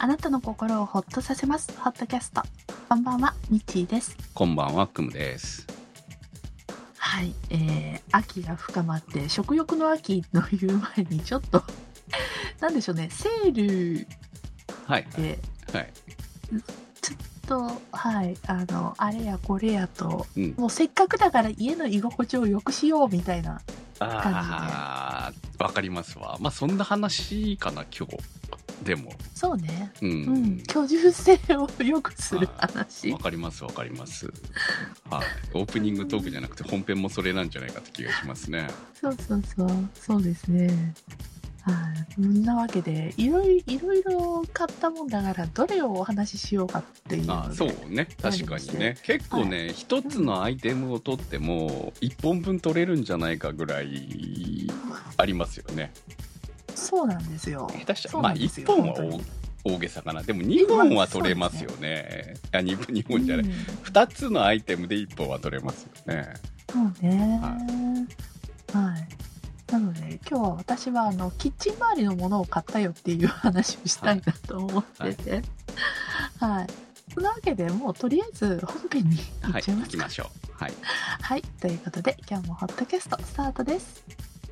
あなたの心をホッとさせますホットキャスト。こんばんは、ミッチーです。 こんばんは、クムです。 はい、秋が深まって食欲の秋の言う前にちょっとなんでしょうね、セールで、 はい、 ちょっとあれやこれやと、 もうせっかくだから家の居心地を良くしようみたいな感じで。 わかりますわ。まあそんな話かな今日。でもそうね、居住性を良くする話。 わかりますわかります。はい、オープニングトークじゃなくて本編もそれなんじゃないかって気がしますね。 そうですね。はい、そんなわけでいろいろ買ったもんだからどれをお話ししようかっていうので。 そうね、確かにね、結構ね、一つのアイテムを取っても1本分取れるんじゃないかぐらいありますよね。 そうなんですよ。 下手したらまあ1本は大げさかな。でも2本は取れますよね。2本じゃない、2つのアイテムで1本は取れますよね。 そうね、はい。なので今日は私はキッチン周りのものを買ったよっていう話をしたいなと思ってて、はい。そんなわけでもうとりあえず本編に行っちゃいますか。 行きましょう。はい。 はい。ということで今日もホットキャストスタートです。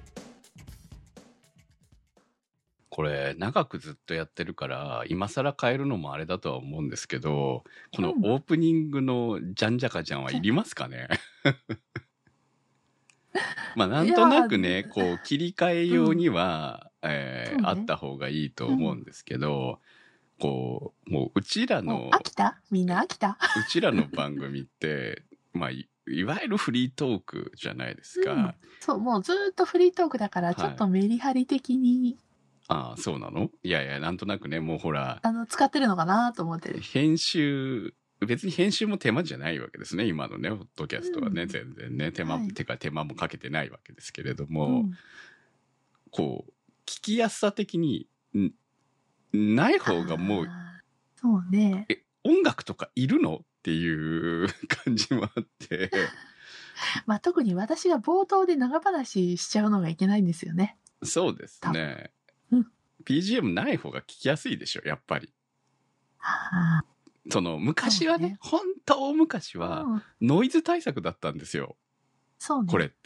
これ長くずっとやってるから今更変えるのもあれだとは思うんですけど、このオープニングのじゃんじゃかじゃんはいりますかね。まあなんとなくね、こう切り替えようには、あった方がいいと思うんですけど、こうもううちらのみんな飽きたうちらの番組ってまあいわゆるフリートークじゃないですか。 そうもうずっとフリートークだからちょっとメリハリ的に、 ああそうなの？いやいや、なんとなくね、もうほら使ってるのかなと思ってる。 別に編集も手間じゃないわけですね、今のねホットキャストはね、全然ね手間もかけてないわけですけれども、こう聞きやすさ的にない方がもう、 そうね、 音楽とかいるのっていう感じもあってまあ特に私が冒頭で長話しちゃうのがいけないんですよね。 そうですね、BGM ない方が聞きやすいでしょやっぱり。その昔はね、本当昔はノイズ対策だったんですよ。そうね、これって、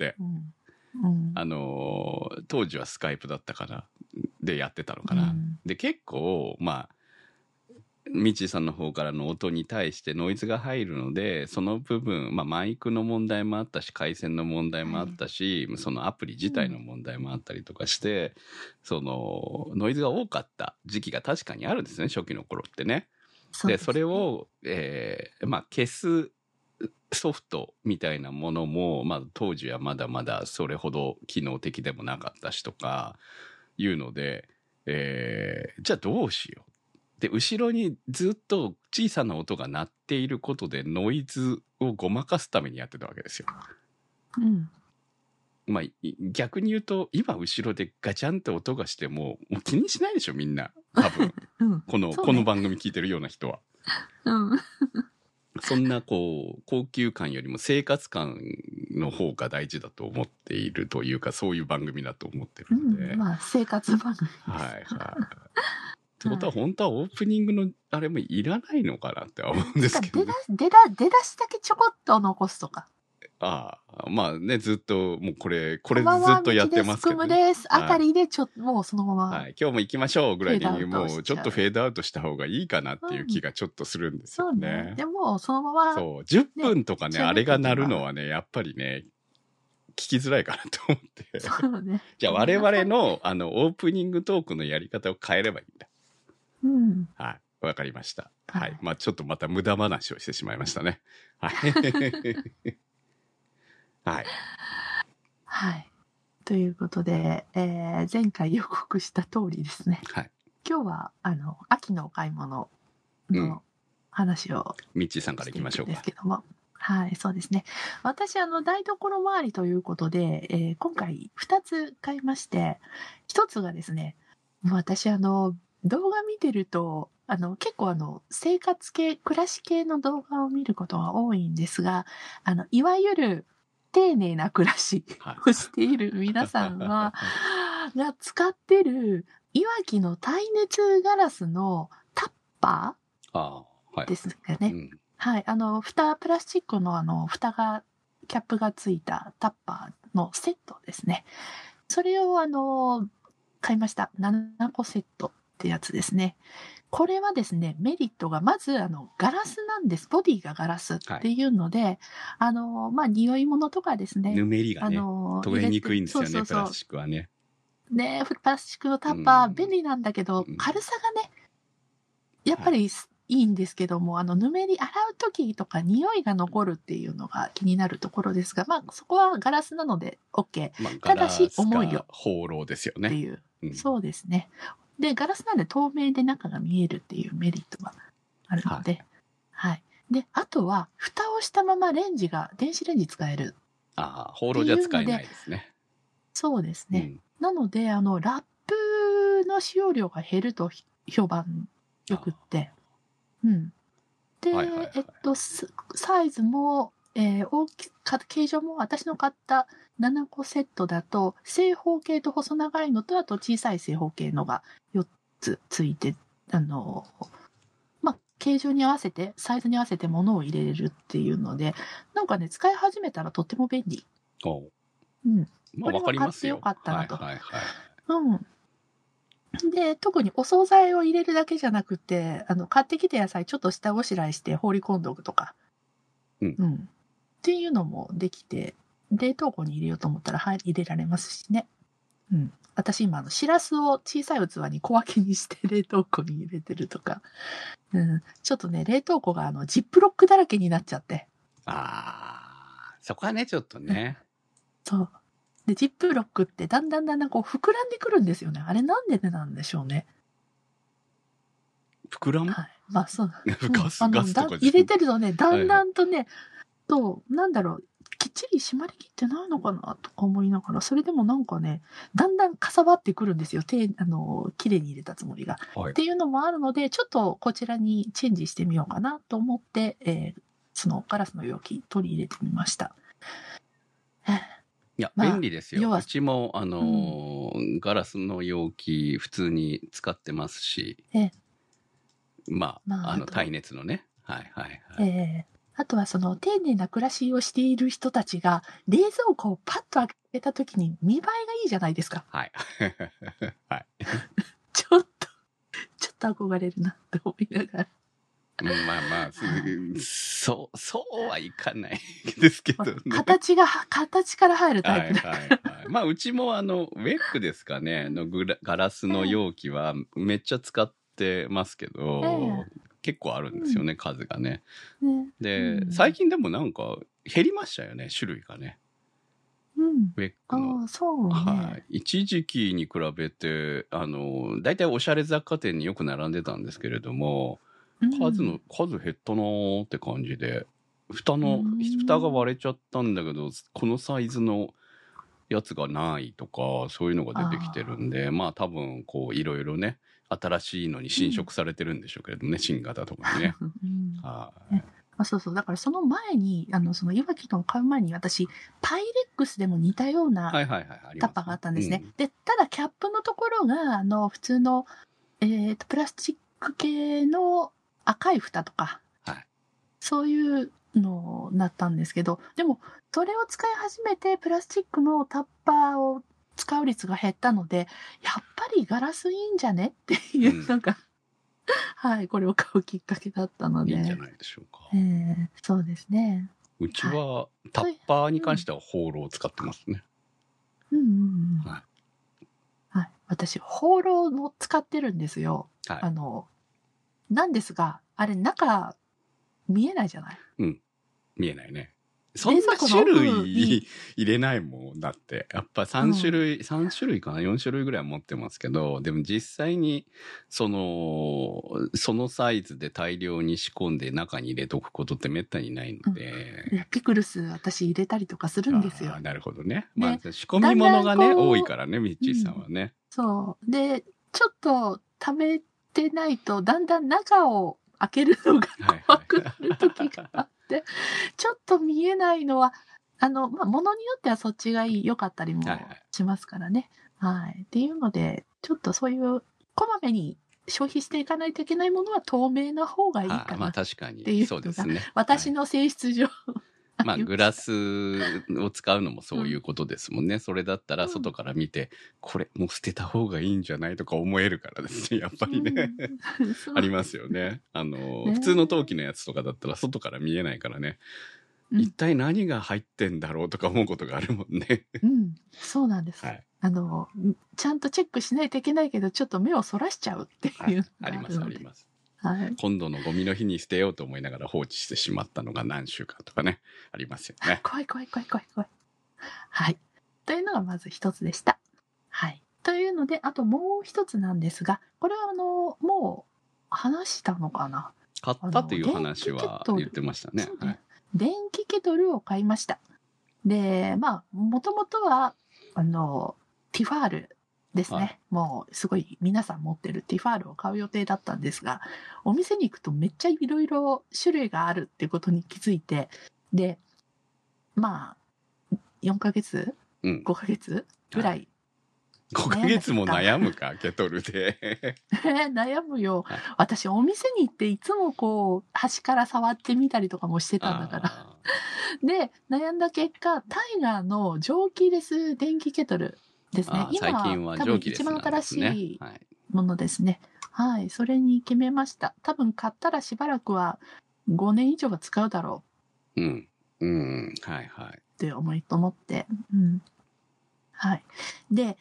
当時はスカイプだったからでやってたのかな、で結構まあみちさんの方からの音に対してノイズが入るので、その部分、マイクの問題もあったし回線の問題もあったし、そのアプリ自体の問題もあったりとかして、そのノイズが多かった時期が確かにあるんですね、初期の頃ってね。でそれを、消すソフトみたいなものも、当時はまだまだそれほど機能的でもなかったしとかいうので、じゃあどうしよう。で後ろにずっと小さな音が鳴っていることでノイズをごまかすためにやってたわけですよ。逆に言うと今後ろでガチャンって音がしてもう気にしないでしょみんな多分、この番組聞いてるような人は。そんなこう高級感よりも生活感の方が大事だと思っているというか、そういう番組だと思ってるので、 生活番組です。 ってことは本当はオープニングのあれもいらないのかなって思うんですけど、ね、 出だしだけちょこっと残すとか。 ずっともうこれずっとやってますけど、ね、 あたりでもうそのまま、 今日も行きましょうぐらいにもうちょっとフェードアウトした方がいいかなっていう気がちょっとするんですよね。 でもそのまま 10分とかねあれが鳴るのはねやっぱりね聞きづらいかなと思ってじゃあ我々のオープニングトークのやり方を変えればいいんだ。わかりました。ちょっとまた無駄話をしてしまいましたね。 ということで、前回予告した通りですね。今日は秋のお買い物の話をミッチーさんからいきましょうか。 ですけども、そうですね。私台所周りということで、今回2つ買いまして、1つがですね、私動画見てると結構生活系暮らし系の動画を見ることが多いんですが、いわゆる丁寧な暮らしをしている皆さんが使ってるいわきの耐熱ガラスのタッパああ、はーい。 ですかね。 うん。 はい。プラスチックの蓋が、キャップがついたタッパーのセットですね。それを買いました。7個セットってやつですね。これはですね、メリットが、まず、ガラスなんです。ボディがガラスっていうので、まあ、匂い物とかですね。 ぬめりがね、取れにくいんですよね、プラスチックはね。 ね、プラスチックのタッパー、便利なんだけど、 うん軽さがね、やっぱりいいんですけども、ぬめり洗う時とか匂いが残るっていうのが気になるところですが、まあ、そこはガラスなので OK。 まあ、 ただし、重いよ放浪ですよね。 っていう。そうですね。で、ガラスなんで透明で中が見えるっていうメリットがあるので、はい。で、あとは、蓋をしたまま電子レンジ使える。 ああ、放浪じゃ使えないですね。 そうですね。なので、ラップの使用量が減ると評判よくって。うん。で、サイズも、形状も私の買った7個セットだと、正方形と細長いのと、あと小さい正方形のが4つついて、まあ、形状に合わせて、サイズに合わせて物を入れれるっていうので、なんかね、使い始めたらとっても便利。うん。 まあ、わかりますよ。 これは買ってよかったなと。 はいはいはい。 うん。で、特にお惣菜を入れるだけじゃなくて、買ってきた野菜ちょっと下ごしらえして放り込んでおくとか。 うん。 っていうのもできて、冷凍庫に入れようと思ったら、はい、入れられますしね。うん。私今、しらすを小さい器に小分けにして冷凍庫に入れてるとか。うん。ちょっとね、冷凍庫がジップロックだらけになっちゃって。 ああ、そこはね、ちょっとね。 そう。で、ジップロックってだんだんこう膨らんでくるんですよね。あれなんでなんでしょうね。 膨らむ？ はい。まあそう。 ガスとか入れてるとね、だんだんとね、なんだろう、きっちり締まりきってないのかなとか思いながら、それでもなんかね、だんだんかさばってくるんですよ。綺麗に入れたつもりが。 はい、 っていうのもあるので、ちょっとこちらにチェンジしてみようかなと思って、そのガラスの容器取り入れてみました。 いや、便利ですよ。うちも、ガラスの容器普通に使ってますし、まあ、耐熱のね。はいはいはい。 あとはその丁寧な暮らしをしている人たちが冷蔵庫をパッと開けた時に見栄えがいいじゃないですか。 はい。はい。 ちょっと憧れるなって思いながら。 まあまあ、そうはいかないですけどね。 形から入るタイプだから。はいはいはい。まあ、うちもウェックですかね、ガラスの容器はめっちゃ使ってますけど、結構あるんですよね、数がね。で、最近でもなんか減りましたよね、種類がね。ウェックの。 そうね。 はい。一時期に比べて、大体おしゃれ雑貨店によく並んでたんですけれども、数減ったなーって感じで、蓋が割れちゃったんだけど、このサイズのやつがないとか、そういうのが出てきてるんで、まあ多分、こう、いろいろね、新しいのに侵食されてるんでしょうけれどもね、新型とかにね。はい。 そうそう。だからその前に、そのいわきの買う前に私、パイレックスでも似たようなタッパーがあったんですね。で、ただキャップのところが、普通の、プラスチック系の赤い蓋とか、そういうのになったんですけど、でも、それを使い始めて、プラスチックのタッパーを使う率が減ったので、やっぱりガラスいいんじゃねっていうのが、はい、これを買うきっかけだったので。 いいんじゃないでしょうか。 そうですね。 うちは、タッパーに関してはホーローを使ってますね。 はい。私、ホーローも使ってるんですよ。 はい。 なんですが、あれ、中、見えないじゃない？ うん。見えないね。そんな種類入れないもんだって。やっぱ3種類かな ?4 種類ぐらい持ってますけど、でも実際に、そのサイズで大量に仕込んで中に入れとくことってめったにないので。 ピクルス私入れたりとかするんですよ。 なるほどね。まあ、仕込み物がね、多いからね、ミッチーさんはね。 そう。で、ちょっと食べてないと、だんだん中を開けるのが怖くなる時があって、ちょっと見えないのは、まあ、物によってはそっちが良かったりもしますからね。はい。っていうので、ちょっとそういう、こまめに消費していかないといけないものは透明な方がいいかなっ確かにていうそうのがですね。 私の性質上、 グラスを使うのもそういうことですもんね。それだったら外から見て、これもう捨てた方がいいんじゃないとか思えるからですね、やっぱりね。ありますよね。普通の陶器のやつとかだったら外から見えないからね。一体何が入ってんだろうとか思うことがあるもんね。 そうなんです。ちゃんとチェックしないといけないけど、ちょっと目をそらしちゃうっていうのがあるので。 あります。今度のゴミの日に捨てようと思いながら放置してしまったのが何週間とかね、ありますよね。 怖い。はい。というのがまず一つでした。はい。というので、あともう一つなんですが、これはもう話したのかな。 買ったという話は言ってましたね。 電気ケトルを買いました。で、もともとは、ティファールですね。もう、すごい皆さん持ってるティファールを買う予定だったんですが、お店に行くとめっちゃいろいろ種類があるっていうことに気づいて、で、4ヶ月、5ヶ月ぐらい。 5ヶ月も悩むか、ケトルで。 悩むよ。私、お店に行っていつもこう、端から触ってみたりとかもしてたんだから。で、悩んだ結果、タイガーの蒸気レス電気ケトルですね。今、 最近は蒸気レスなんですね。 多分一番新しいものですね。はい、それに決めました。多分買ったらしばらくは5年以上は使うだろう。って思って。はい。で、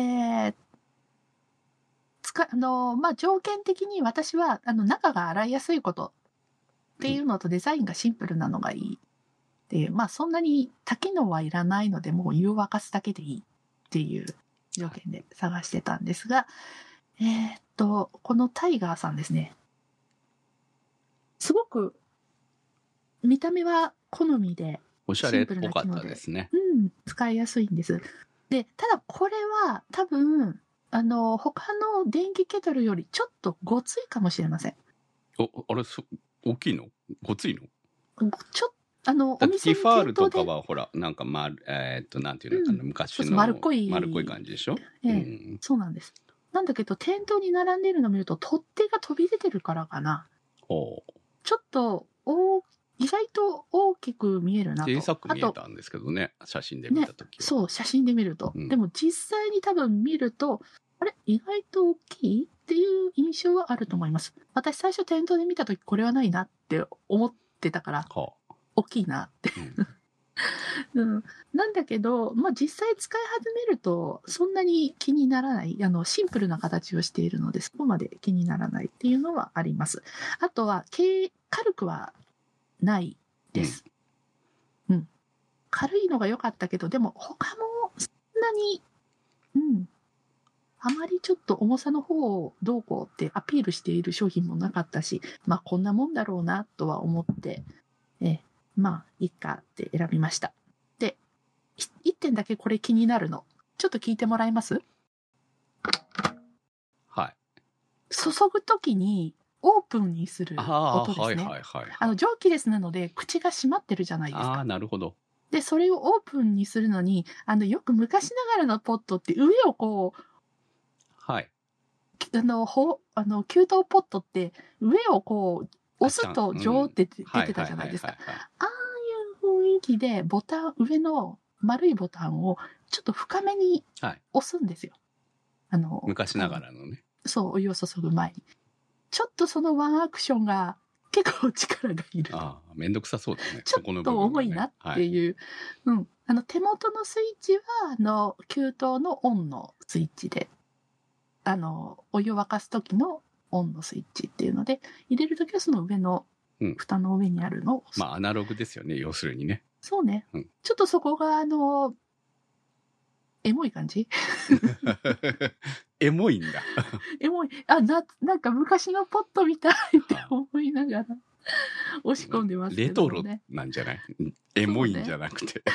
条件的に私は、中が洗いやすいことっていうのとデザインがシンプルなのがいいっていう、そんなに多機能はいらないので、もう湯を沸かすだけでいいっていう条件で探してたんですが、このタイガーさんですね。すごく見た目は好みで、 おしゃれっぽかったですね。 使いやすいんです。で、ただこれは多分、他の電気ケトルよりちょっとごついかもしれません。 あれ、大きいの？ごついの？ お店にティファールとかはほら、なんかなんていうのかな、昔の丸っこい感じでしょ？ そうなんです。なんだけど、店頭に並んでいるのを見ると、取っ手が飛び出てるからかな。ちょっと、意外と大きく見えるなと。 小さく見えたんですけどね、写真で見たとき。 そう、写真で見ると。でも実際に多分見ると、あれ意外と大きいっていう印象はあると思います。私最初店頭で見たときこれはないなって思ってたから、大きいなって。なんだけど、実際使い始めるとそんなに気にならない。シンプルな形をしているので、そこまで気にならないっていうのはあります。あとは、軽くはないです。軽いのが良かったけど、でも他もそんなに、あまりちょっと重さの方をどうこうってアピールしている商品もなかったし、こんなもんだろうなとは思って、いいかって選びました。で、1点だけこれ気になるの。ちょっと聞いてもらえます？ はい。 注ぐときにオープンにする音ですね。蒸気レスなので口が閉まってるじゃないですか。 なるほど。 で、それをオープンにするのに、よく昔ながらのポットって上をこう、給湯ポットって上をこう、押すとジョーって出てたじゃないですか。ああいう雰囲気で上の丸いボタンをちょっと深めに押すんですよ。 昔ながらのね。 そう、お湯を注ぐ前に。ちょっとそのワンアクションが結構力がいる。 めんどくさそうだね。 ちょっと重いなっていう。手元のスイッチは、給湯のオンのスイッチで、お湯を沸かす時のオンのスイッチっていうので、入れる時はその上の、蓋の上にあるのを。 アナログですよね、要するにね。 そうね。ちょっとそこが、エモい感じエモいんだ。 エモい。なんか昔のポットみたいって思いながら押し込んでますけどね。 レトロなんじゃない？エモいんじゃなくて。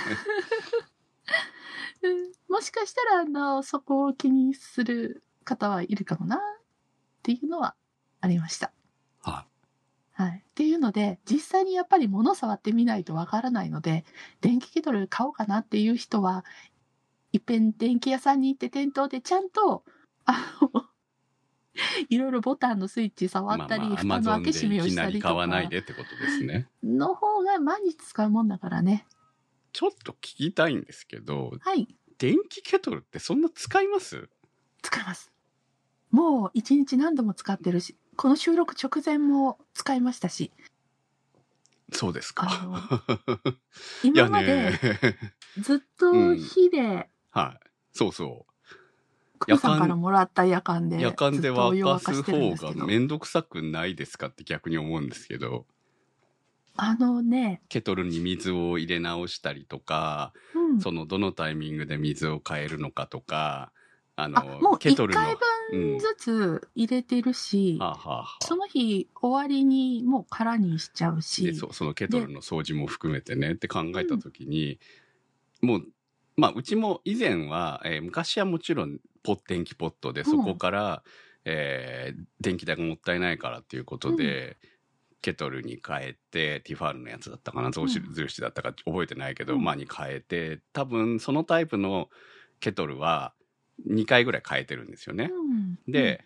もしかしたら、そこを気にする方はいるかもなっていうのはありました。っていうので、実際にやっぱり物触ってみないとわからないので、電気ケトル買おうかなっていう人は、いっぺん電気屋さんに行って店頭でちゃんと、 いろいろボタンのスイッチ触ったり、蓋の開け閉めをしたりとか。 いきなり買わないでってことですね。 の方が毎日使うもんだからね。 ちょっと聞きたいんですけど、 はい。 電気ケトルってそんな使います？ 使います。もう一日何度も使ってるし、この収録直前も使いましたし。 そうですか。 今までずっと火で、 はい。そうそう。 クムさんからもらった夜間でずっとお湯を沸かす方がめんどくさくないですかって逆に思うんですけど。ケトルに水を入れ直したりとか、そのどのタイミングで水を変えるのかとか、 もう1回分ずつ入れてるし、その日終わりにもう空にしちゃうし。 で、そのケトルの掃除も含めてねって考えたときに、もう、まあ、うちも以前は、昔はもちろん電気ポットで、そこから、電気代がもったいないからっていうことで、ケトルに変えて、ティファールのやつだったかな、象印だったか覚えてないけど、まあに変えて、多分そのタイプのケトルは2回ぐらい変えてるんですよね。で、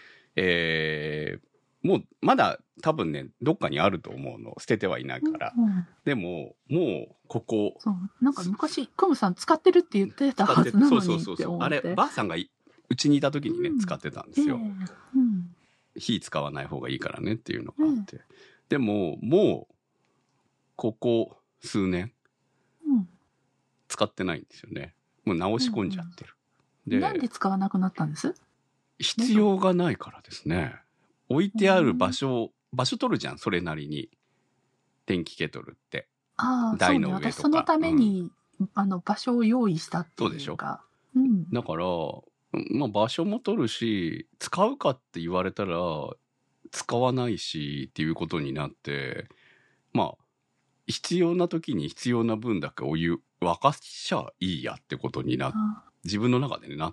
もうまだ多分ね、どっかにあると思うの。捨ててはいないから。でも、もうここ。 そう。なんか昔、クムさん使ってるって言ってたはずなのにって思って。 あれ、ばあさんがうちにいた時にね、使ってたんですよ。火使わない方がいいからねっていうのがあって。でも、もう、ここ数年、使ってないんですよね。もう直し込んじゃってる。 で、なんで使わなくなったんです？ 必要がないからですね。置いてある場所取るじゃん、それなりに。電気ケトルって。台の上とか。 私そのために、場所を用意したっていうか。 そうでしょ。だから、まあ場所も取るし、使うかって言われたら、使わないしっていうことになって、まあ、必要な時に必要な分だけお湯沸かしちゃいいやってことになって、自分の中でなって、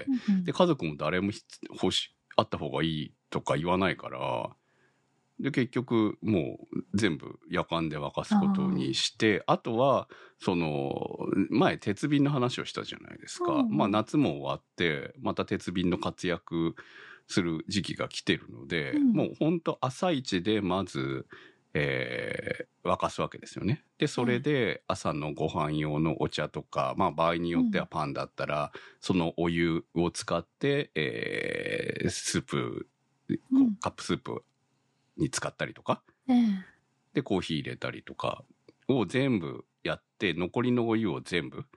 で、家族も誰もあった方がいいとか言わないから、で、結局、もう全部夜間で沸かすことにして、あとは、前、鉄瓶の話をしたじゃないですか。まあ、夏も終わって、また鉄瓶の活躍する時期が来てるので、もう本当朝一でまず、沸かすわけですよね。で、それで朝のご飯用のお茶とか、まあ場合によってはパンだったら、そのお湯を使って、スープ、カップスープに使ったりとか、で、コーヒー入れたりとかを全部やって、残りのお湯を全部、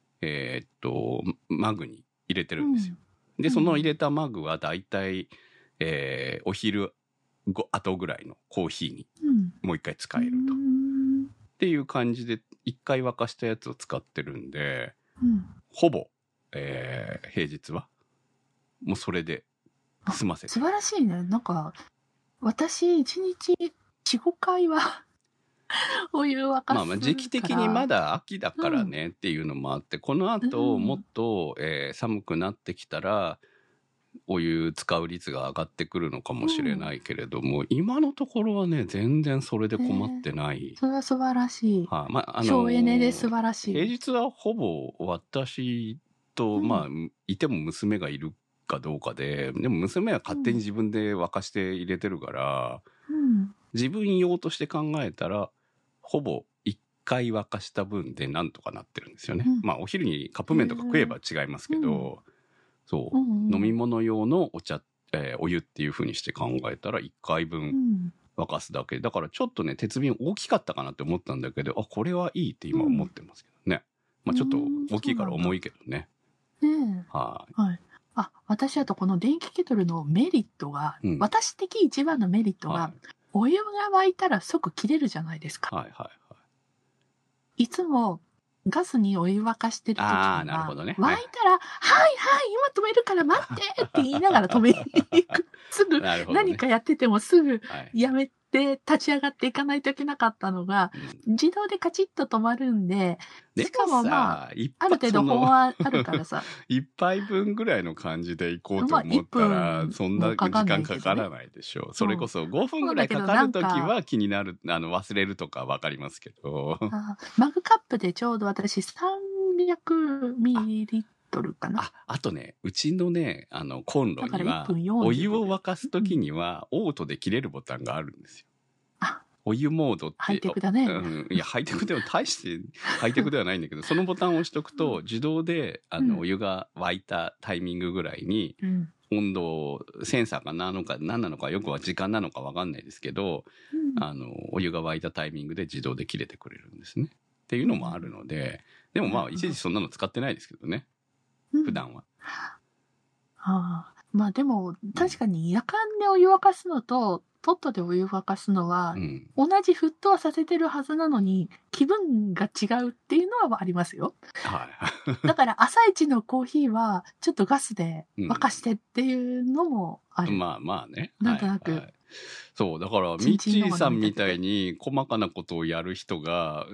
マグに入れてるんですよ。で、その入れたマグはだいたい、お昼後ぐらいのコーヒーにもう一回使えると。っていう感じで一回沸かしたやつを使ってるんで、ほぼ、平日はもうそれで済ませて。 素晴らしいね。なんか私1日 4,5 回はお湯沸かすから。 まあ時期的にまだ秋だからねっていうのもあって、この後もっと、寒くなってきたらお湯使う率が上がってくるのかもしれないけれども、今のところはね全然それで困ってない。 それは素晴らしい。 まあ省エネで素晴らしい。 平日はほぼ私と、まあいても娘がいるかどうかでも娘は勝手に自分で沸かして入れてるから、自分用として考えたらほぼ1回沸かした分でなんとかなってるんですよね。まあお昼にカップ麺とか食えば違いますけど、そう飲み物用のお湯っていう風にして考えたら1回分沸かすだけだから、ちょっとね鉄瓶大きかったかなって思ったんだけど、これはいいって今思ってますけどね。まあちょっと大きいから重いけどね。はい。 私あとこの電気ケトルのメリットが、私的一番のメリットが、お湯が沸いたら即切れるじゃないですか。いつもガスにお湯沸かしてる時には、沸いたら、はいはい、今止めるから待ってって言いながら止めに行く。すぐ、何かやっててもすぐやめて立ち上がっていかないといけなかったのが、自動でカチッと止まるんで、しかもまあ、ある程度保温あるからさ。 一杯分ぐらいの感じで行こうと思ったら、そんな時間かからないでしょう。それこそ5分ぐらいかかる時は気になる、忘れるとかわかりますけど。 マグカップでちょうど私300ml トルかな。 あとね、うちのね、コンロにだからは 1分45、 お湯を沸かすときには、オートで切れるボタンがあるんですよ。 あ、 お湯モードって。 ハイテクだね。 いや、ハイテクでも大してハイテクではないんだけど、そのボタンを押しとくと、自動で、お湯が沸いたタイミングぐらいに、温度、センサーか何なのかよくは時間なのかわかんないですけど、お湯が沸いたタイミングで自動で切れてくれるんですね。っていうのもあるので、でもまあ、いちいちそんなの使ってないですけどね。普段は。 まあでも、確かに夜間でお湯沸かすのと、ポットでお湯沸かすのは、同じ沸騰させてるはずなのに、気分が違うっていうのはありますよ。 はい。 だから朝一のコーヒーは、ちょっとガスで沸かしてっていうのもある。 まあね。 なんとなく。 そう、だから、ミッチーさんみたいに細かなことをやる人が、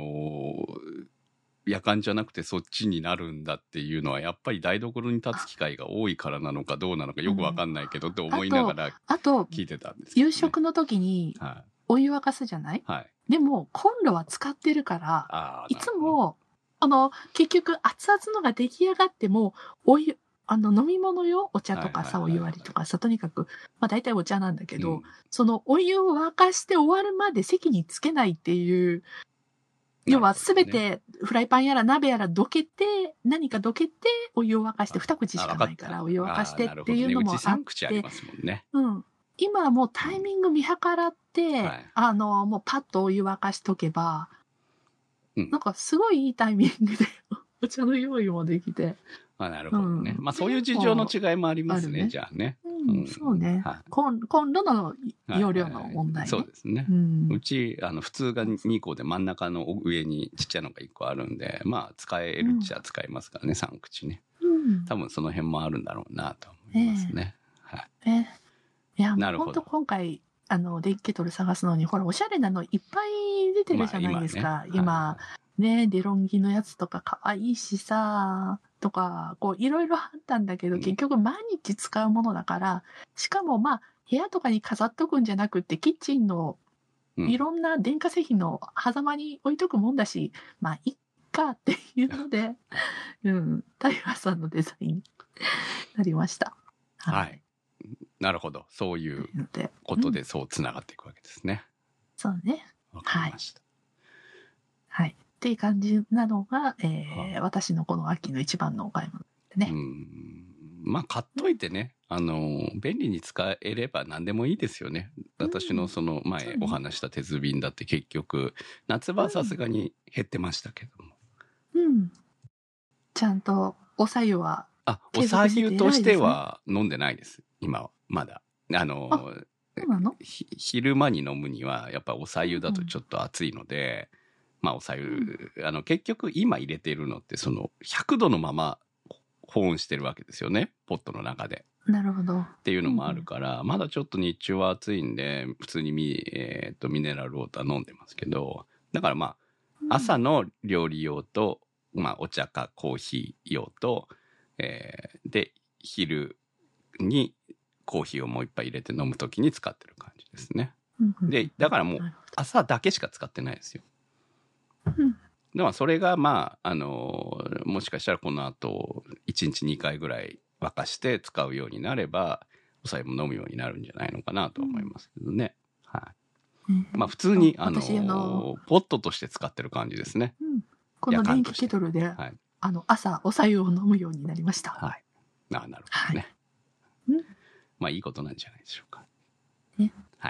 夜間じゃなくてそっちになるんだっていうのはやっぱり台所に立つ機会が多いからなのかどうなのかよくわかんないけどって思いながら聞いてたんですけど、ね、 夕食の時にお湯沸かすじゃない、はい、でもコンロは使ってるからいつも結局熱々のが出来上がってもお湯飲み物よお茶とかさ、お湯割りとかさ、とにかく、まあ大体お茶なんだけど、そのお湯を沸かして終わるまで席につけないっていう、要はすべてフライパンやら鍋やら何かどけてお湯を沸かして、2口しかないからお湯を沸かしてっていうのもあって、 うち3口ありますもんね。 今はもうタイミング見計らって、もうパッとお湯沸かしとけば、なんかすごいいいタイミングでお茶の用意もできて。 なるほどね。まあそういう事情の違いもありますね、じゃあね。 そうね。コンロの容量の問題ね。 そうですね。うち、普通が2個で真ん中の上にちっちゃいのが1個あるんで、まあ使えるっちゃ使えますからね、3口ね。多分その辺もあるんだろうなと思いますね。 いや、もう本当今回、電気ケトル探すのに、ほら、おしゃれなのいっぱい出てるじゃないですか。今ね、デロンギのやつとか可愛いしさ、とか、こう、いろいろあったんだけど、結局毎日使うものだから、しかもまあ、部屋とかに飾っとくんじゃなくって、キッチンのいろんな電化製品の狭間に置いとくもんだし、まあ、いっかっていうので、タイガーさんのデザインになりました。 はい。なるほど。そういうことでそうつながっていくわけですね。 そうね。 わかりました。 はい。っていう感じなのが、私のこの秋の一番のお買い物でね。 まあ買っといてね、便利に使えれば何でもいいですよね。私のその前お話した鉄瓶だって結局夏場はさすがに減ってましたけども。 ちゃんとお白湯はお白湯としては飲んでないです。今はまだ。 そうなの？ 昼間に飲むにはやっぱお白湯だとちょっと熱いので。まあお白湯、結局今入れているのってその100度のまま保温してるわけですよね、ポットの中で。 なるほど。 っていうのもあるから、まだちょっと日中は暑いんで普通にミネラルウォーター飲んでますけど、だからまあ朝の料理用と、まあお茶かコーヒー用と、で昼にコーヒーをもう一杯入れて飲むときに使ってる感じですね。でだからもう朝だけしか使ってないですよ。でもそれがまあもしかしたらこの後1日2回ぐらい沸かして使うようになればお白湯も飲むようになるんじゃないのかなと思いますけどね。まあ普通にポットとして使ってる感じですね。 この電気ケトルで、朝お白湯を飲むようになりました。 はい。なるほどね。まあいいことなんじゃないでしょうか。はい。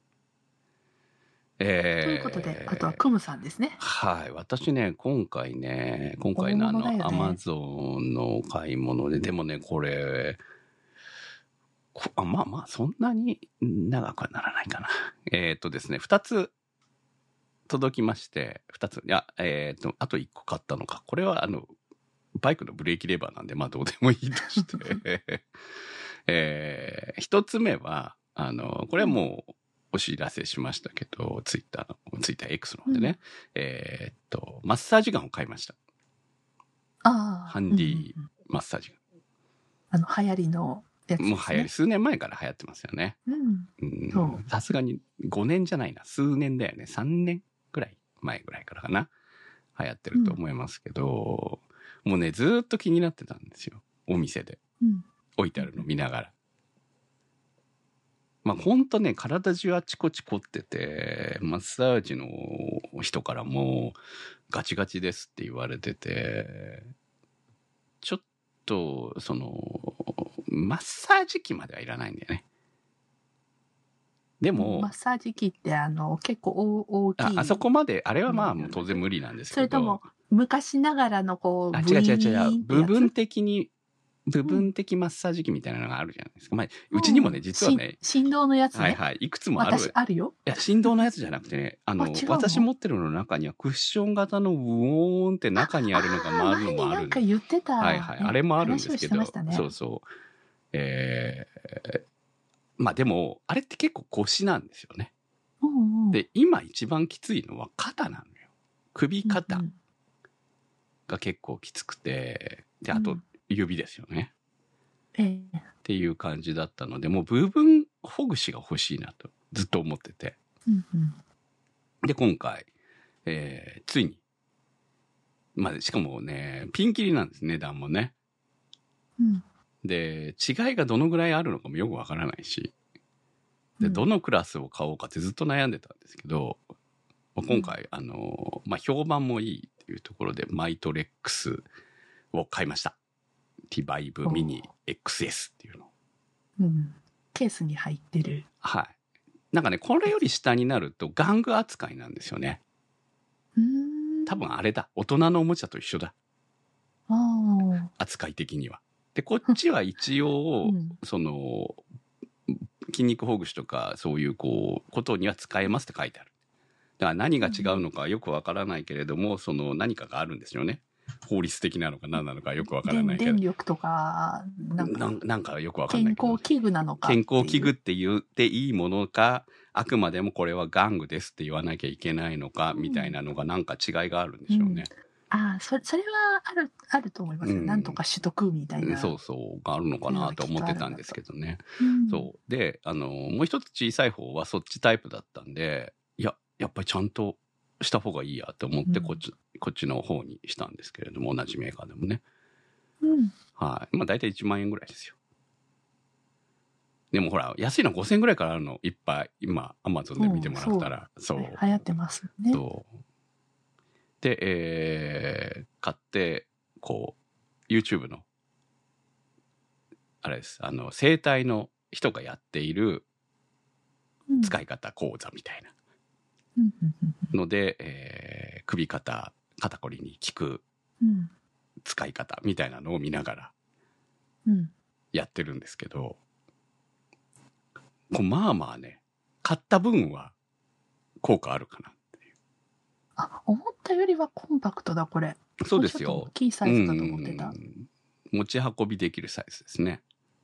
ということで、あとはクムさんですね。 はい。私ね、今回のアマゾンの買い物で、でもね、これ、まあ、そんなに長くはならないかな。ですね、2つ届きまして、2つ、いや、あと1個買ったのか。これはバイクのブレーキレバーなんで、まあどうでもいいとして。1つ目は、これはもう、お知らせしましたけど、ツイッター X の方でね、マッサージガンを買いました。ハンディマッサージガン。流行りのやつですね。 もう流行り、数年前から流行ってますよね。さすがに5年じゃないな、数年だよね。3年ぐらい前ぐらいからかな。流行ってると思いますけど、 もうね、ずーっと気になってたんですよ。お店で。 うん。 置いてあるの見ながら。まあほんとね、体中あちこち凝ってて、マッサージの人からもガチガチですって言われてて、ちょっと、マッサージ機まではいらないんだよね。でも、 マッサージ機って結構大きい。 あそこまで、あれはまあもう当然無理なんですけど。 それとも、昔ながらのこう、 違う違う違う。部分的マッサージ機みたいなのがあるじゃないですか。まあ、うちにもね、実はね。 振動のやつね。 はいはい。いくつもある。 私、あるよ。 いや、振動のやつじゃなくてね、私持ってるの中にはクッション型のウォーンって中にあるのが回るのもある。 なんか言ってた。 はいはい。あれもあるんですけど。 ね、 そうそう。まあでも、あれって結構腰なんですよね。 うんうん、 で、今一番きついのは肩なのよ。首肩が結構きつくて、で、あと指ですよね。っていう感じだったので、もう部分ほぐしが欲しいなとずっと思ってて。で、今回、ついに、まあ、しかもね、ピンキリなんです、値段もね。で、違いがどのぐらいあるのかもよくわからないし、で、どのクラスを買おうかってずっと悩んでたんですけど、今回、まあ、評判もいいっていうところで、マイトレックスを買いました。ティバイブミニ XS っていうの。 ケースに入ってる。 はい。なんかね、これより下になると玩具扱いなんですよね。多分あれだ。大人のおもちゃと一緒だ。扱い的には。で、こっちは一応、筋肉ほぐしとか、そういうことには使えますって書いてある。だから何が違うのかよくわからないけれども、何かがあるんですよね。法律的なのか何なのかよくわからないけど。 電力とか、 なんかよくわからないけど。 健康器具なのか。 健康器具って言っていいものか、あくまでもこれは玩具ですって言わなきゃいけないのか、みたいなのがなんか違いがあるんでしょうね。 それはあると思いますよ。なんとか取得みたいな。 そうがあるのかなと思ってたんですけどね。そう。で、もう一つ小さい方はそっちタイプだったんで、やっぱりちゃんとした方がいいやと思ってこっちの方にしたんですけれども、同じメーカーでもね。はい。まあ大体1万円ぐらいですよ。でもほら、安いの5000円ぐらいからあるのいっぱい、今、アマゾンで見てもらったら。そう。 流行ってますね。 そう。で、買って、YouTube の、あれです、整体の人がやっている使い方講座みたいな。ので、首肩こりに効く使い方みたいなのを見ながらやってるんですけど、まあまあね、買った分は効果あるかなっていう。 思ったよりはコンパクトだ、これ。 そうですよ。 大きいサイズだと思ってた。 持ち運びできるサイズですね。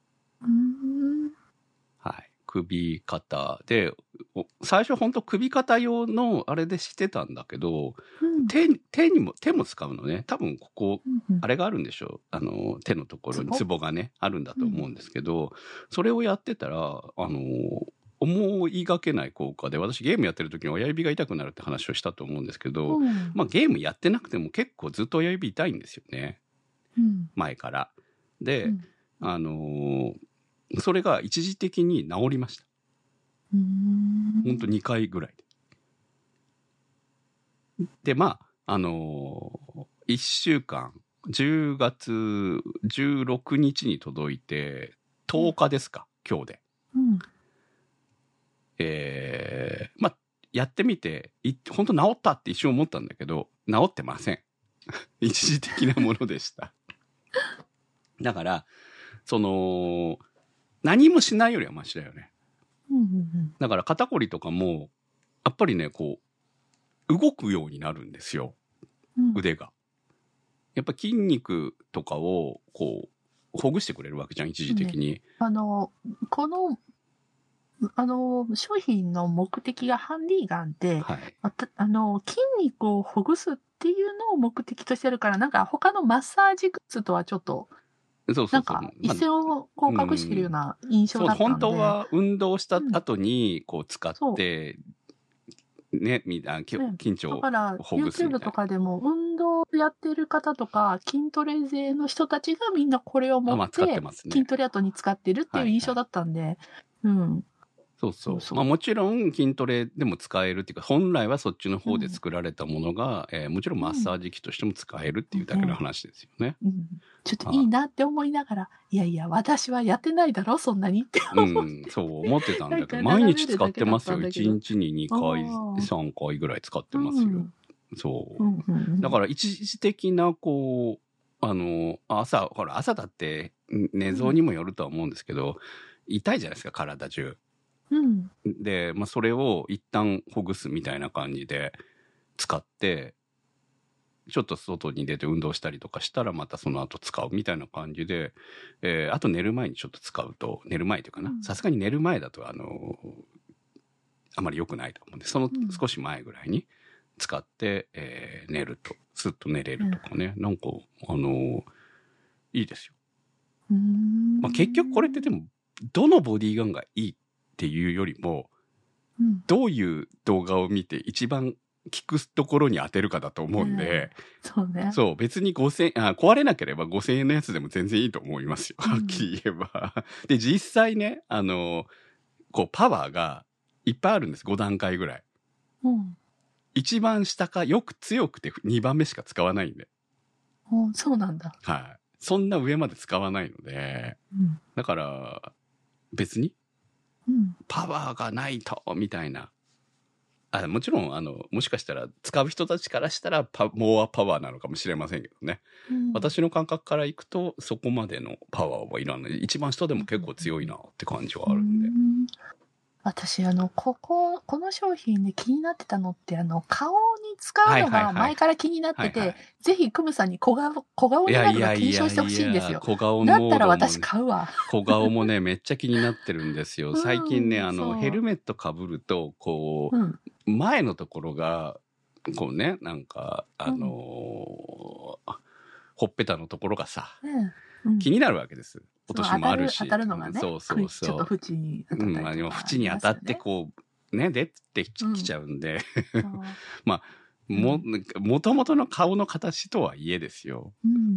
はい。首肩で、最初ほんと首肩用のあれでしてたんだけど、手も使うのね。多分ここ、あれがあるんでしょう。手のところにツボがね、あるんだと思うんですけど、それをやってたら、思いがけない効果で、私ゲームやってる時に親指が痛くなるって話をしたと思うんですけど、まあゲームやってなくても結構ずっと親指痛いんですよね。前から。で、それが一時的に治りました。ほんと2回ぐらいで。で、まあ、1週間、10月16日に届いて、10日ですか、今日で。まあ、やってみて、ほんと治ったって一瞬思ったんだけど、治ってません。一時的なものでした。だから、何もしないよりはマシだよね。だから肩こりとかも、やっぱりね、動くようになるんですよ。腕が。やっぱ筋肉とかを、ほぐしてくれるわけじゃん、一時的に。 この、商品の目的がハンディガンって、筋肉をほぐすっていうのを目的としてるから、なんか他のマッサージグッズとはちょっと、なんか一線を画してるような印象だったんで。 本当は運動した後に使って、 ね、緊張だから、 をほぐすみ YouTube たいとかでも運動やってる方とか、筋トレ勢の人たちがみんなこれをな。 持っ使ってて、 ますね。 筋トレ後に使ってるっていう印象だったんで、 そうそう。もちろん筋トレでも使えるっていうか、本来はそっちの方で作られたものが、もちろんマッサージ機としても使えるっていうだけの話ですよね。 ちょっといいなって思いながら、いやいや、私はやってないだろ、そんなにって思って。 そう思ってたんだけど、毎日使ってますよ。1日に2回、3回ぐらい使ってますよ。そう。だから一時的な、こう、朝だって寝相にもよるとは思うんですけど、痛いじゃないですか、体中。で、それを一旦ほぐすみたいな感じで使って、ちょっと外に出て運動したりとかしたらまたその後使うみたいな感じで、あと寝る前にちょっと使うと、寝る前というかな、さすがに寝る前だとあまり良くないと思うんで、その少し前ぐらいに使って、寝ると、スッと寝れるとかね、なんか、いいですよ。結局これってでも、どのボディガンがいいっていうよりも、どういう動画を見て一番効くところに当てるかだと思うんで、 そうね。 そう、別に壊れなければ5000円のやつでも全然いいと思いますよ。はっきり言えば。で、実際ね、パワーがいっぱいあるんです。5段階ぐらい。一番下かよく強くて2番目しか使わないんで。 そうなんだ。 はい。そんな上まで使わないので、だから、別に、パワーがないと、みたいな。もちろん、もしかしたら、使う人たちからしたら、モアパワーなのかもしれませんけどね。私の感覚からいくと、そこまでのパワーはいらない。一番下でも結構強いなって感じはあるんで。 私、この商品で気になってたのって、顔に使うのが前から気になってて、ぜひ、クムさんに小顔になるの検証してほしいんですよ。 小顔だったら私買うわ。 小顔もね、めっちゃ気になってるんですよ。最近ね、ヘルメット被ると、こう、前のところが、こうね、なんか、ほっぺたのところがさ、気になるわけです。お年もあるし。 当たるのがね。 そうそうそう。 ちょっと縁に当たったりとか、 縁に当たってこう、ね、出てきちゃうんで。もともとの顔の形とはいえですよ。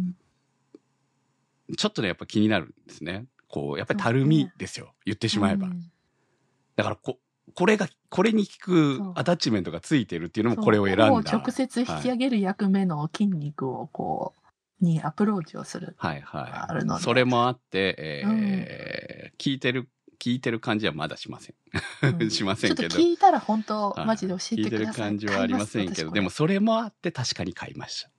ちょっとね、やっぱ気になるんですね。こう、やっぱりたるみですよ。言ってしまえば。だからこれに効くアタッチメントがついてるっていうのもこれを選んだ。 直接引き上げる役目の筋肉をにアプローチをする。 はいはい。それもあって、聞いてる感じはまだしません。しませんけど。 ちょっと聞いたら本当、マジで教えてください。 聞いてる感じはありませんけど、でもそれもあって確かに買いました。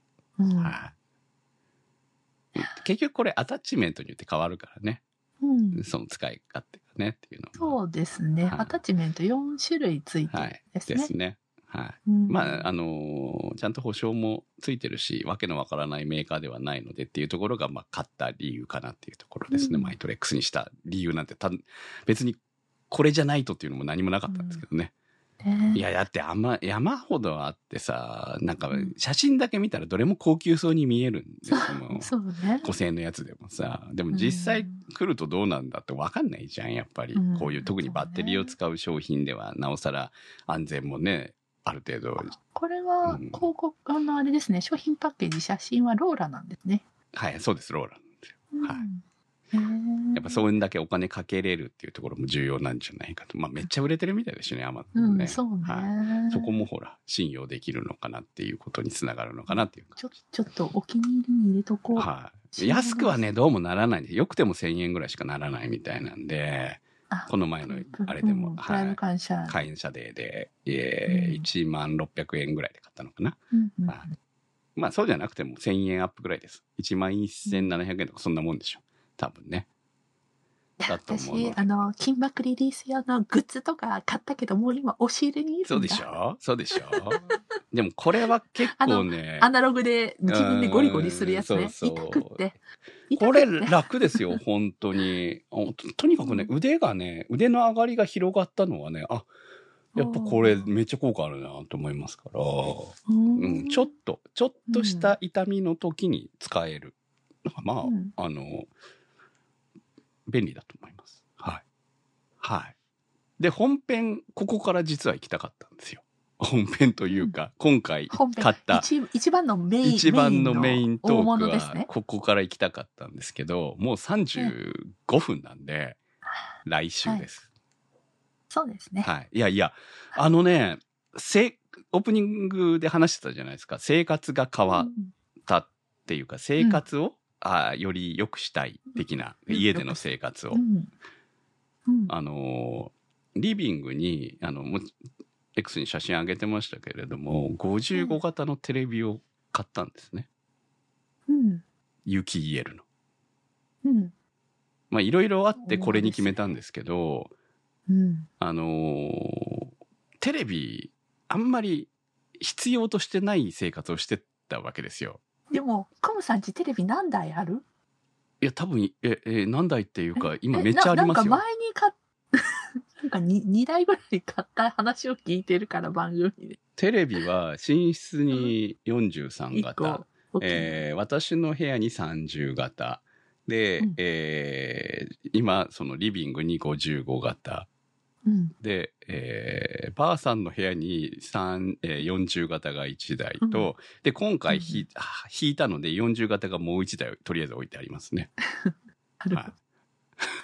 結局これアタッチメントによって変わるからね。その使い勝手がねっていうの。 そうですね。アタッチメント4種類ついてるんですね。 ですね。はい。ちゃんと保証もついてるし、わけのわからないメーカーではないのでっていうところが、買った理由かなっていうところですね。マイトレックスにした理由なんて、別にこれじゃないとっていうのも何もなかったんですけどね。いや、だって山ほどあってさ、なんか写真だけ見たらどれも高級そうに見えるんですよ。 そうね。 5000円のやつでもさ。でも実際来るとどうなんだって分かんないじゃん、やっぱり。こういう特にバッテリーを使う商品では、なおさら安全もね、ある程度。 これは広告、あれですね、商品パッケージ、写真はローラなんですね。 はい、そうです、ローラなんですよ。はい。やっぱそれだけお金かけれるっていうところも重要なんじゃないかと。めっちゃ売れてるみたいですよね、アマゾンね。 そうね、 そこもほら、信用できるのかなっていうことにつながるのかなっていうちょっとお気に入りに入れとこう。 はい。安くはね、どうもならないんです。よくても1000円ぐらいしかならないみたいなんで、この前のあれでも、 プライム感謝。 会員者デーで、1600円ぐらいで買ったのかな。そうじゃなくても1000円アップぐらいです。11700円とかそんなもんでしょ。多分ね。 私、金箔リリース用のグッズとか買ったけど、もう今押し入れにいるんだ。 そうでしょでもこれは結構ね。 アナログで自分でゴリゴリするやつね。痛くって。 これ楽ですよ、本当に。とにかくね、腕の上がりが広がったのはね、やっぱこれめっちゃ効果あるなと思いますから、ちょっとした痛みの時に使える。便利だと思います。はい。はい。で、本編、ここから実は行きたかったんですよ。 本編というか、今回本編買った一番のメイン一番のメイント大ーク物ですね。 はここから行きたかったんですけど、もう35分なんで来週です。 そうですね。 はい。いやいや、オープニングで話してたじゃないですか。生活が変わったっていうか、生活を、より良くしたい的な、家での生活を。リビングに、X に写真上げてましたけれども、55型のテレビを買ったんですね。有機 EL の。まあ、いろいろあってこれに決めたんですけど、テレビ、あんまり必要としてない生活をしてたわけですよ。 でも、コムさんちテレビ何台ある？ いや、多分、何台っていうか、今めっちゃありますよ。 なんか前になんか 2台ぐらい買った話を聞いてるから、番組で。 テレビは寝室に43型、私の部屋に30型で、今そのリビングに55型、で、ばあさんの部屋に40型が1台と、で今回引いたので40型がもう1台とりあえず置いてありますね。はい、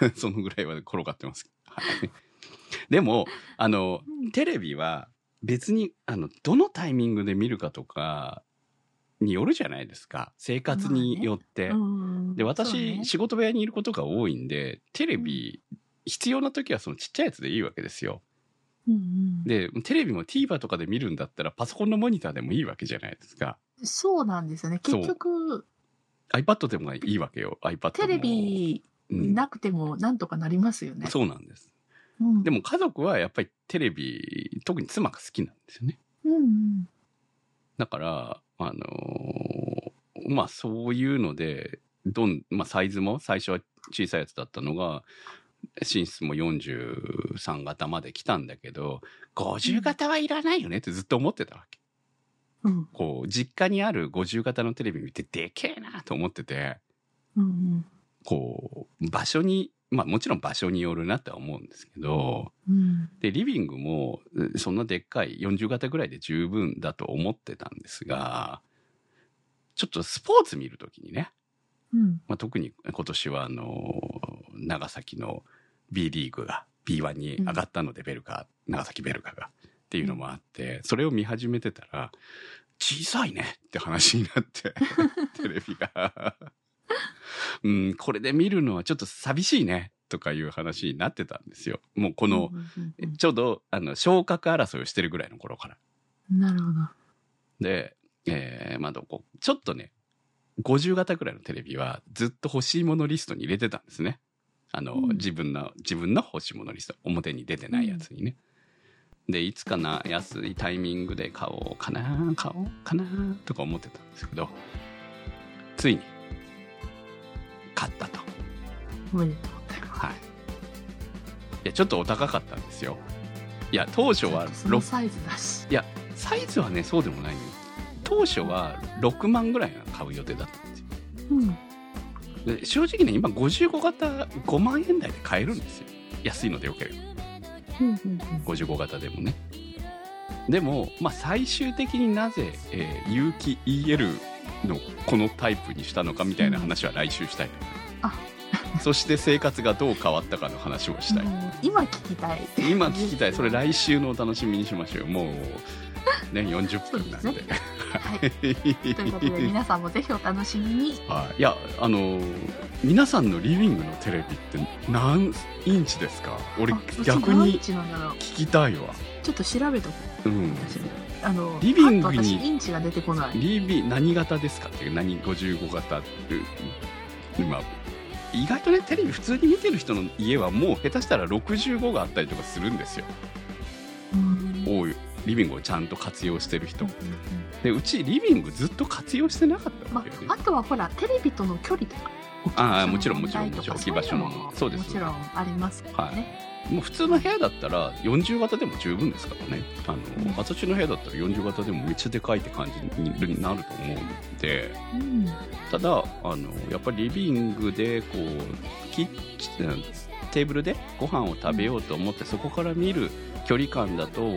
そのぐらいは転がってます。はい、でもテレビは別にどのタイミングで見るかとかによるじゃないですか、生活によって、で私、仕事部屋にいることが多いんでテレビ、必要な時はそのちっちゃいやつでいいわけですよ。でテレビも TVer とかで見るんだったらパソコンのモニターでもいいわけじゃないですか。 そうなんですよね。結局 iPad でもいいわけよ。iPad もテレビなくてもなんとかなりますよね。 そうなんです。でも家族はやっぱりテレビ、特に妻が好きなんですよね。だからまあそういうのでサイズも最初は小さいやつだったのが寝室も43型まで来たんだけど、50型はいらないよねってずっと思ってたわけ。こう実家にある50型のテレビ見てでけえなと思ってて、こう場所にもちろん場所によるなって思うんですけど、でリビングもそんなでっかい40型ぐらいで十分だと思ってたんですが、ちょっとスポーツ見るときにね、特に今年は長崎の B リーグが B1 に上がったので、長崎ベルカがっていうのもあって、それを見始めてたら小さいねって話になってテレビがこれで見るのはちょっと寂しいねとかいう話になってたんですよ。もうこのちょうど昇格争いをしてるぐらいの頃から。 なるほど。 で、ちょっとね50型ぐらいのテレビはずっと欲しいものリストに入れてたんですね。自分の欲しいものリスト、表に出てないやつにね。でいつかな安いタイミングで買おうかなとか思ってたんですけど、ついに買ったと。 おめでとうございます。 はい。いやちょっとお高かったんですよ。いや当初はそのサイズだし。 いやサイズはねそうでもないのよ。当初は6万ぐらいが買う予定だったんですよ。で正直ね今55型5万円台で買えるんですよ。安いのでよければ。55型でもね。でも最終的になぜ、有機 EL のこのタイプにしたのかみたいな話は来週したい。そして生活がどう変わったかの話をしたい。 今聞きたい。それ来週のお楽しみにしましょう。もうね40分なんで。 はい、ということで皆さんもぜひお楽しみに。 いや皆さんのリビングのテレビって何インチですか？俺逆に聞きたいわ。ちょっと調べとく。リビングにインチが出てこない。 何型ですかっていう、55型今意外とねテレビ普通に見てる人の家はもう下手したら65があったりとかするんですよ。多いリビングをちゃんと活用してる人、でうちリビングずっと活用してなかったわけよね。 あとはほらテレビとの距離とか、 もちろん置き場所のそうです、 もちろんありますよね。 もう普通の部屋だったら40型でも十分ですからね。私の部屋だったら40型でもめっちゃでかいって感じになると思うので、ただやっぱりリビングでこうテーブルでご飯を食べようと思って、そこから見る距離感だと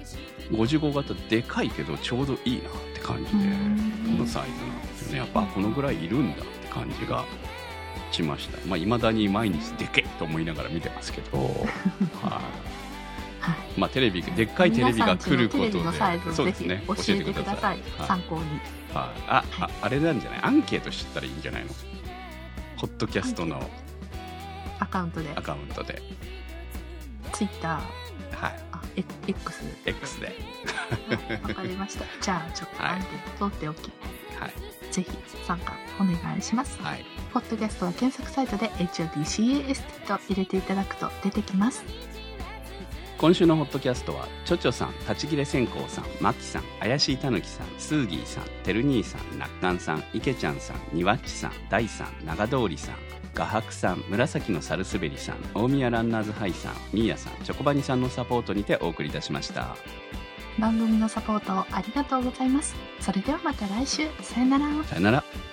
55型でかいけどちょうどいいなって感じで、このサイズなんですよね。やっぱこのぐらいいるんだって感じがしました。まあ未だに毎日でけと思いながら見てますけどはい、まあテレビでっかいテレビが来ることで、 そうですね、教えてください、参考に。 あれなんじゃない、アンケート知ったらいいんじゃないの、ポッドキャストのアカウントでツイッター、X でわかりました。じゃあちょっとアンケート取っておき、ぜひ参加お願いします。ポッドキャストは検索サイトで HOTCAST と入れていただくと出てきます。 今週のホットキャストはちょちょさん、立ち切れ線香さん、マキさん、怪しいたぬきさん、スーギーさん、てる兄さん、なっかんさん、いけちゃんさん、にわっちさん、だいさん、長通りさん、画伯さん、紫のサルスベリさん、大宮ランナーズハイさん、ミーヤさん、チョコバニさんのサポートにてお送りいたしました。 番組のサポートありがとうございます。それではまた来週、さよなら。 さよなら。